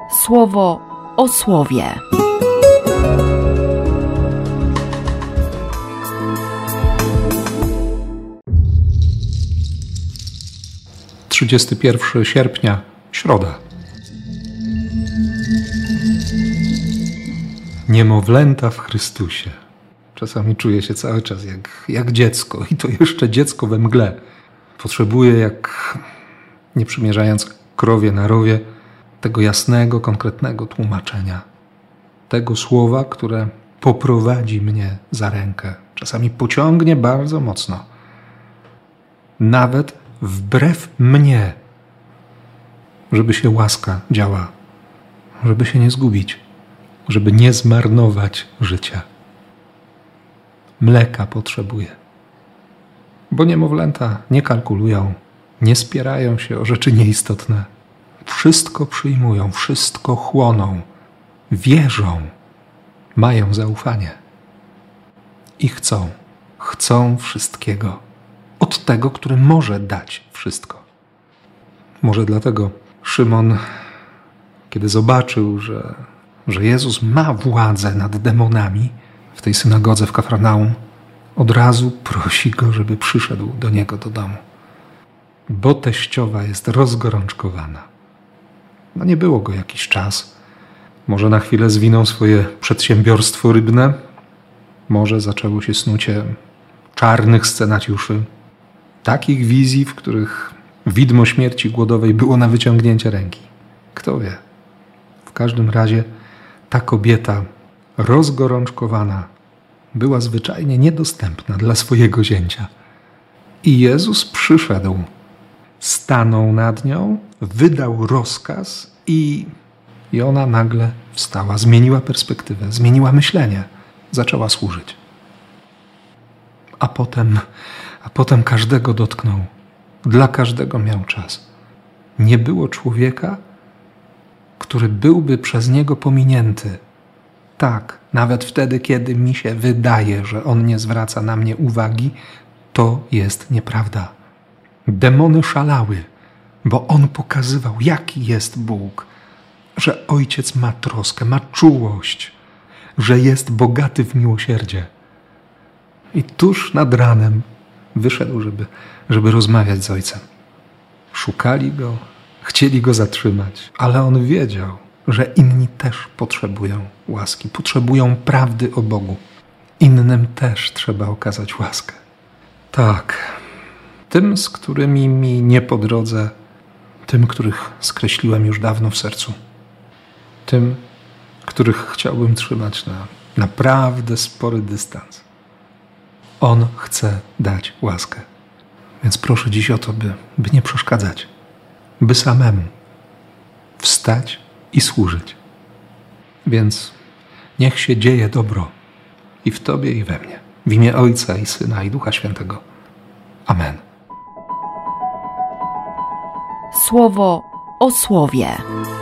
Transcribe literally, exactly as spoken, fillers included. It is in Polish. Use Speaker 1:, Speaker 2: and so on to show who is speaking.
Speaker 1: Słowo o słowie.
Speaker 2: trzydziestego pierwszego sierpnia, środa. Niemowlęta w Chrystusie. Czasami czuję się cały czas jak, jak dziecko i to jeszcze dziecko we mgle. Potrzebuję, jak nie przymierzając krowie na rowie, tego jasnego, konkretnego tłumaczenia. Tego słowa, które poprowadzi mnie za rękę. Czasami pociągnie bardzo mocno. Nawet wbrew mnie. Żeby się łaska działa. Żeby się nie zgubić. Żeby nie zmarnować życia. Mleka potrzebuję. Bo niemowlęta nie kalkulują, nie spierają się o rzeczy nieistotne. Wszystko przyjmują, wszystko chłoną, wierzą, mają zaufanie. I chcą, chcą wszystkiego. Od tego, który może dać wszystko. Może dlatego Szymon, kiedy zobaczył, że, że Jezus ma władzę nad demonami w tej synagodze w Kafarnaum, od razu prosi go, żeby przyszedł do niego do domu. Bo teściowa jest rozgorączkowana. No nie było go jakiś czas. Może na chwilę zwinął swoje przedsiębiorstwo rybne. Może zaczęło się snucie czarnych scenariuszy. Takich wizji, w których widmo śmierci głodowej było na wyciągnięcie ręki. Kto wie? W każdym razie ta kobieta rozgorączkowana była zwyczajnie niedostępna dla swojego zięcia. I Jezus przyszedł, stanął nad nią, wydał rozkaz i, i ona nagle wstała, zmieniła perspektywę, zmieniła myślenie, zaczęła służyć. A potem, a potem każdego dotknął, dla każdego miał czas. Nie było człowieka, który byłby przez niego pominięty. Tak, nawet wtedy, kiedy mi się wydaje, że on nie zwraca na mnie uwagi, to jest nieprawda. Demony szalały, bo on pokazywał, jaki jest Bóg, że Ojciec ma troskę, ma czułość, że jest bogaty w miłosierdzie. I tuż nad ranem wyszedł, żeby, żeby rozmawiać z Ojcem. Szukali go, chcieli go zatrzymać, ale on wiedział, że inni też potrzebują łaski, potrzebują prawdy o Bogu. Innym też trzeba okazać łaskę. Tak, tym, z którymi mi nie po drodze, tym, których skreśliłem już dawno w sercu, tym, których chciałbym trzymać na naprawdę spory dystans. On chce dać łaskę. Więc proszę dziś o to, by, by nie przeszkadzać, by samemu wstać i służyć. Więc niech się dzieje dobro i w Tobie, i we mnie. W imię Ojca i Syna, i Ducha Świętego. Amen.
Speaker 1: Słowo o słowie.